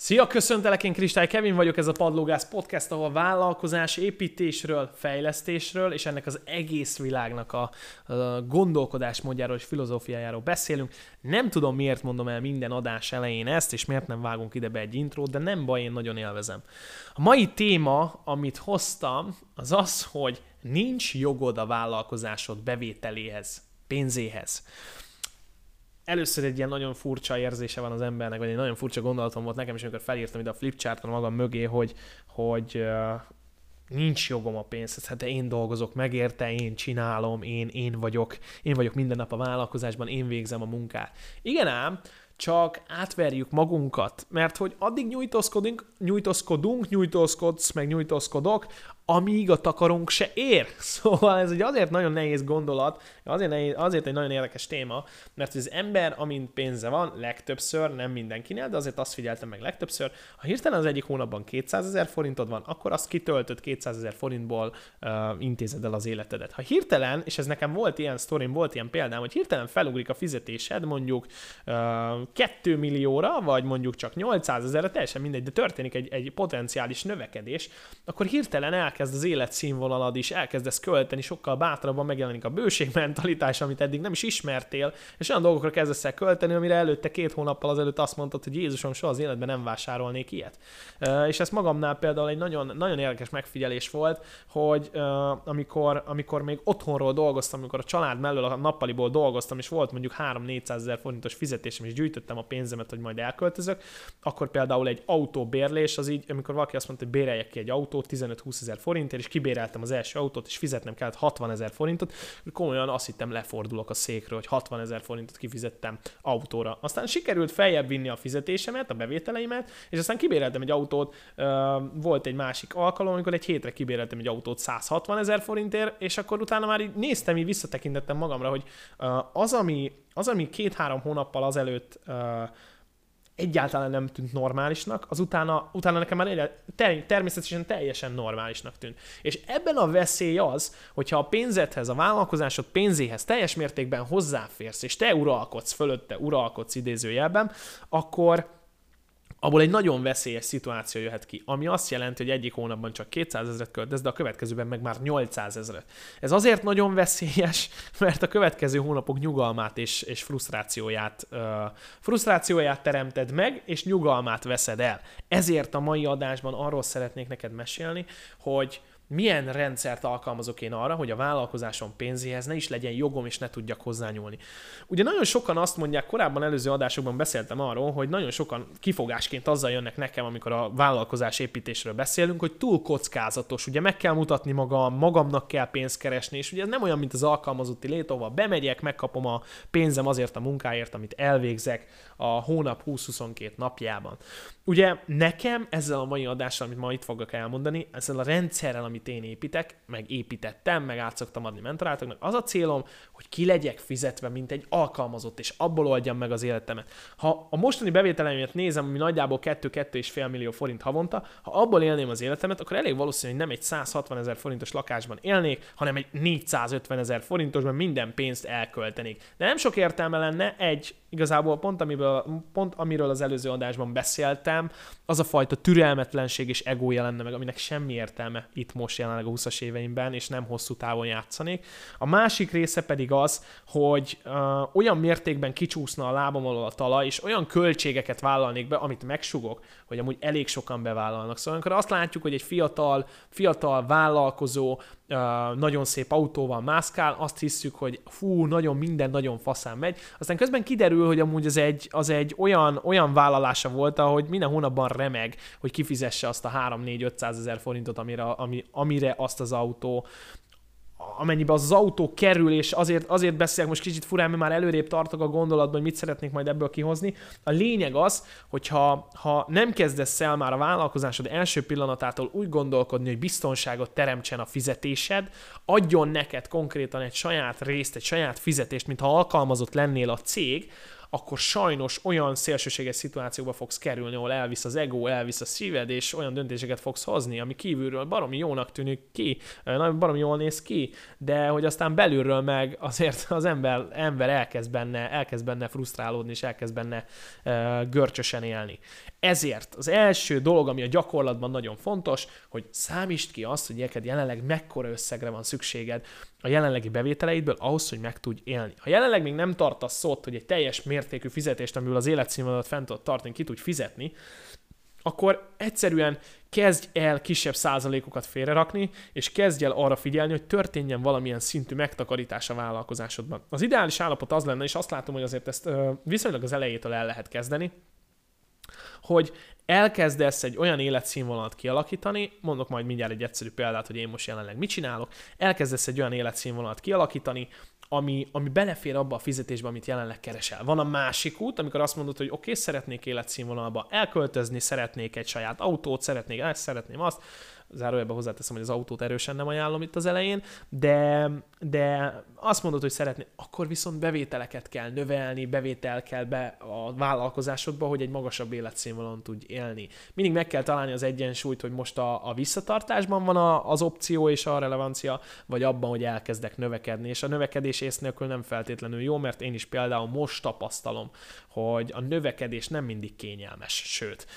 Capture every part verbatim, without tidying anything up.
Szia, köszöntelek, én Kristály Kevin vagyok, ez a Padlógász Podcast, ahol vállalkozás építésről, fejlesztésről és ennek az egész világnak a, a gondolkodásmódjáról és filozófiájáról beszélünk. Nem tudom, miért mondom el minden adás elején ezt, és miért nem vágunk ide be egy intrót, de nem baj, én nagyon élvezem. A mai téma, amit hoztam, az az, hogy nincs jogod a vállalkozásod bevételéhez, pénzéhez. Először egy ilyen nagyon furcsa érzése van az embernek, vagy egy nagyon furcsa gondolatom volt nekem is, amikor felírtam ide a flipcharton magam mögé, hogy, hogy uh, nincs jogom a pénzhez. Hát de én dolgozok meg érte, én csinálom, én, én vagyok, én vagyok minden nap a vállalkozásban, én végzem a munkát. Igen ám, csak átverjük magunkat, mert hogy addig nyújtózkodunk, nyújtózkodunk, nyújtózkodsz, meg nyújtózkodok, amíg a takarunk se ér. Szóval ez egy azért nagyon nehéz gondolat, azért, nehéz, azért egy nagyon érdekes téma, mert az ember, amint pénze van, legtöbbször, nem mindenkinél, de azért azt figyeltem meg legtöbbször, ha hirtelen az egyik hónapban kétszázezer forintod van, akkor azt kitöltött kétszázezer forintból uh, intézed el az életedet. Ha hirtelen, és ez nekem volt ilyen sztorim, volt ilyen példám, hogy hirtelen felugrik a fizetésed mondjuk uh, két millióra, vagy mondjuk csak nyolcszázezerre, teljesen mindegy, de történik egy, egy potenciális növekedés, akkor hirtelen el elkezd az életszínvonalad is, elkezdesz költeni, sokkal bátrabban megjelenik a bőségmentalitás, amit eddig nem is ismertél, és olyan dolgokra kezdesz el költeni, amire előtte két hónappal azelőtt azt mondtad, hogy Jézusom, soha az életben nem vásárolnék ilyet. És ez magamnál például egy nagyon, nagyon érdekes megfigyelés volt, hogy amikor, amikor még otthonról dolgoztam, amikor a család mellől a nappaliból dolgoztam, és volt mondjuk három-négyszázezer forintos fizetésem, és gyűjtöttem a pénzemet, hogy majd elköltözök, akkor például egy autóbérlés, az így, amikor valaki azt mondta, hogy béreljek ki egy autót tizenöt-húszezer forintért, és kibéreltem az első autót, és fizetnem kellett hatvanezer forintot, komolyan azt hittem, lefordulok a székről, hogy hatvanezer forintot kifizettem autóra. Aztán sikerült feljebb vinni a fizetésemet, a bevételeimet, és aztán kibéreltem egy autót, volt egy másik alkalom, amikor egy hétre kibéreltem egy autót százhatvanezer forintért, és akkor utána már így néztem, így visszatekintettem magamra, hogy az, ami, az, ami két-három hónappal azelőtt egyáltalán nem tűnt normálisnak, az utána, utána nekem már ter- természetesen teljesen normálisnak tűnt. És ebben a veszély az, hogyha a pénzedhez, a vállalkozásod pénzéhez teljes mértékben hozzáférsz, és te uralkodsz fölötte, uralkodsz idézőjelben, akkor abból egy nagyon veszélyes szituáció jöhet ki, ami azt jelenti, hogy egyik hónapban csak kétszázezret költesz, de a következőben meg már nyolcszázezret. Ez azért nagyon veszélyes, mert a következő hónapok nyugalmát és, és frusztrációját, uh, frusztrációját teremted meg, és nyugalmát veszed el. Ezért a mai adásban arról szeretnék neked mesélni, hogy milyen rendszert alkalmazok én arra, hogy a vállalkozásom pénzéhez ne is legyen jogom, és ne tudjak hozzányúlni. Ugye nagyon sokan azt mondják, korábban előző adásokban beszéltem arról, hogy nagyon sokan kifogásként azzal jönnek nekem, amikor a vállalkozás építésről beszélünk, hogy túl kockázatos, ugye meg kell mutatni magam, magamnak kell pénzt keresni, és ugye ez nem olyan, mint az alkalmazotti lét, ahol bemegyek, megkapom a pénzem azért a munkáért, amit elvégzek a hónap húsz-huszonkét napjában. Ugye nekem ezzel a mai adással, amit ma itt fogok elmondani, ezzel a rendszerrel, amit én építek, meg építettem, meg át szoktam adni mentorátoknak, az a célom, hogy ki legyek fizetve, mint egy alkalmazott, és abból oldjam meg az életemet. Ha a mostani bevételeimet nézem, ami nagyjából kettő-kettő és fél millió forint havonta, ha abból élném az életemet, akkor elég valószínű, hogy nem egy százhatvanezer forintos lakásban élnék, hanem egy négyszázötvenezer forintosban minden pénzt elköltenék. De nem sok értelme lenne egy, igazából pont, amiből, pont amiről az előző adásban beszéltem, az a fajta türelmetlenség és ego jelenne meg, aminek semmi értelme itt most jelenleg a húszas éveimben, és nem hosszú távon játszanék. A másik része pedig az, hogy uh, olyan mértékben kicsúszna a lábam alól a talaj, és olyan költségeket vállalnék be, amit megsugok, hogy amúgy elég sokan bevállalnak. Szóval amikor azt látjuk, hogy egy fiatal, fiatal vállalkozó Uh, nagyon szép autóval mászkál, azt hiszük, hogy fú, nagyon minden nagyon faszán megy. Aztán közben kiderül, hogy amúgy az egy, az egy olyan, olyan vállalása volt, hogy minden hónapban remeg, hogy kifizesse azt a három-négy-ötszázezer forintot, amire, ami, amire azt az autó amennyiben az, az autó kerül, és azért, azért beszélek most kicsit furán, mert már előrébb tartok a gondolatban, hogy mit szeretnék majd ebből kihozni. A lényeg az, hogyha ha nem kezdesz el már a vállalkozásod első pillanatától úgy gondolkodni, hogy biztonságot teremtsen a fizetésed, adjon neked konkrétan egy saját részt, egy saját fizetést, mintha alkalmazott lennél a cég, akkor sajnos olyan szélsőséges szituációba fogsz kerülni, ahol elvisz az ego, elvisz a szíved, és olyan döntéseket fogsz hozni, ami kívülről baromi jónak tűnik ki, baromi jól néz ki, de hogy aztán belülről meg azért az ember, ember elkezd, benne, elkezd benne frusztrálódni, és elkezd benne uh, görcsösen élni. Ezért az első dolog, ami a gyakorlatban nagyon fontos, hogy számítsd ki azt, hogy neked jelenleg mekkora összegre van szükséged a jelenlegi bevételeidből ahhoz, hogy meg tudj élni. Ha jelenleg még nem tartasz szót, hogy egy teljes mértékű fizetést, amiből az életszínvonalat fent tudod tartani, ki tudj fizetni, akkor egyszerűen kezdj el kisebb százalékokat félrerakni, és kezdj el arra figyelni, hogy történjen valamilyen szintű megtakarítás a vállalkozásodban. Az ideális állapot az lenne, és azt látom, hogy azért ezt viszonylag az elejétől el lehet kezdeni, hogy elkezdesz egy olyan életszínvonalat kialakítani, mondok majd mindjárt egy egyszerű példát, hogy én most jelenleg mit csinálok, elkezdesz egy olyan életszínvonalat kialakítani, ami, ami belefér abba a fizetésbe, amit jelenleg keresel. Van a másik út, amikor azt mondod, hogy oké, okay, szeretnék életszínvonalba elköltözni, szeretnék egy saját autót, szeretnék ezt, szeretném azt, zárójelben hozzáteszem, hogy az autót erősen nem ajánlom itt az elején, de, de azt mondod, hogy szeretné, akkor viszont bevételeket kell növelni, bevétel kell be a vállalkozásodba, hogy egy magasabb életszínvonalon tudj élni. Mindig meg kell találni az egyensúlyt, hogy most a, a visszatartásban van a, az opció és a relevancia, vagy abban, hogy elkezdek növekedni. És a növekedés ész nélkül nem feltétlenül jó, mert én is például most tapasztalom, hogy a növekedés nem mindig kényelmes, sőt.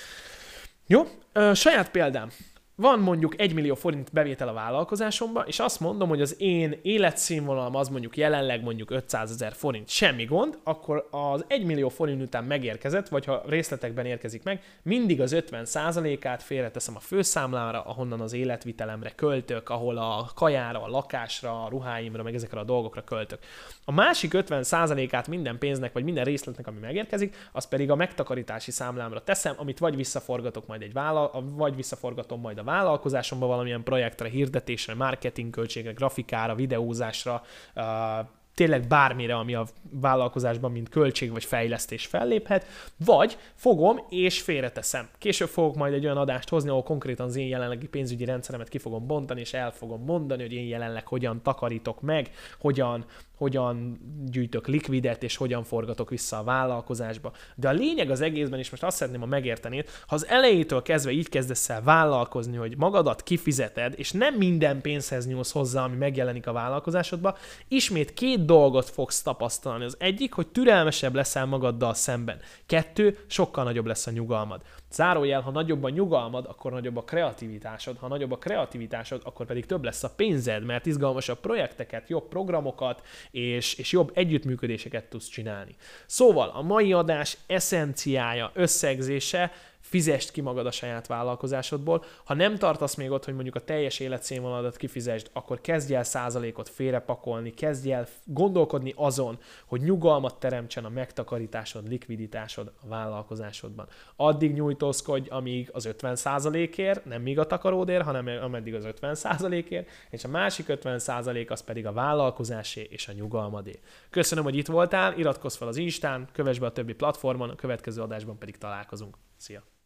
Jó, ö, saját példám. Van mondjuk egy millió forint bevétel a vállalkozásomban, és azt mondom, hogy az én életszínvonalam az mondjuk jelenleg mondjuk ötszázezer forint, semmi gond, akkor az egy millió forint után megérkezett, vagy ha részletekben érkezik meg, mindig az ötven százalékát félreteszem a főszámlára, ahonnan az életvitelemre költök, ahol a kajára, a lakásra, a ruháimra, meg ezekre a dolgokra költök. A másik ötven százalékát minden pénznek, vagy minden részletnek, ami megérkezik, az pedig a megtakarítási számlámra teszem, amit vagy visszaforgatok majd egy vállal, vagy visszaforgatom majd a vállalkozásomba valamilyen projektre, hirdetésre, marketingköltségre, grafikára, videózásra, uh, tényleg bármire, ami a vállalkozásban, mint költség vagy fejlesztés felléphet, vagy fogom és félreteszem. Később fogok majd egy olyan adást hozni, ahol konkrétan az én jelenlegi pénzügyi rendszeremet ki fogom bontani, és el fogom mondani, hogy én jelenleg hogyan takarítok meg, hogyan, hogyan gyűjtök likvidet, és hogyan forgatok vissza a vállalkozásba. De a lényeg az egészben, és most azt szeretném, ha megértenéd, ha az elejétől kezdve így kezdesz el vállalkozni, hogy magadat kifizeted, és nem minden pénzhez nyúlsz hozzá, ami megjelenik a vállalkozásodba, ismét két dolgot fogsz tapasztalni. Az egyik, hogy türelmesebb leszel magaddal szemben. Kettő, sokkal nagyobb lesz a nyugalmad. Zárójel, ha nagyobb a nyugalmad, akkor nagyobb a kreativitásod. Ha nagyobb a kreativitásod, akkor pedig több lesz a pénzed, mert izgalmasabb projekteket, jobb programokat és, és jobb együttműködéseket tudsz csinálni. Szóval a mai adás eszenciája, összegzése, fizesd ki magad a saját vállalkozásodból. Ha nem tartasz még ott, hogy mondjuk a teljes életszínvonaladat kifizesd, akkor kezdj el százalékot félrepakolni, kezdj el gondolkodni azon, hogy nyugalmat teremtsen a megtakarításod, likviditásod a vállalkozásodban. Addig nyújtózkodj, amíg az ötven százalékért, nem míg a takaródért, hanem ameddig az ötven százalékért, és a másik ötven százalék az pedig a vállalkozásé és a nyugalmadé. Köszönöm, hogy itt voltál, iratkozz fel az Instán, kövess be a többi platformon, a következő adásban pedig találkozunk. Szia!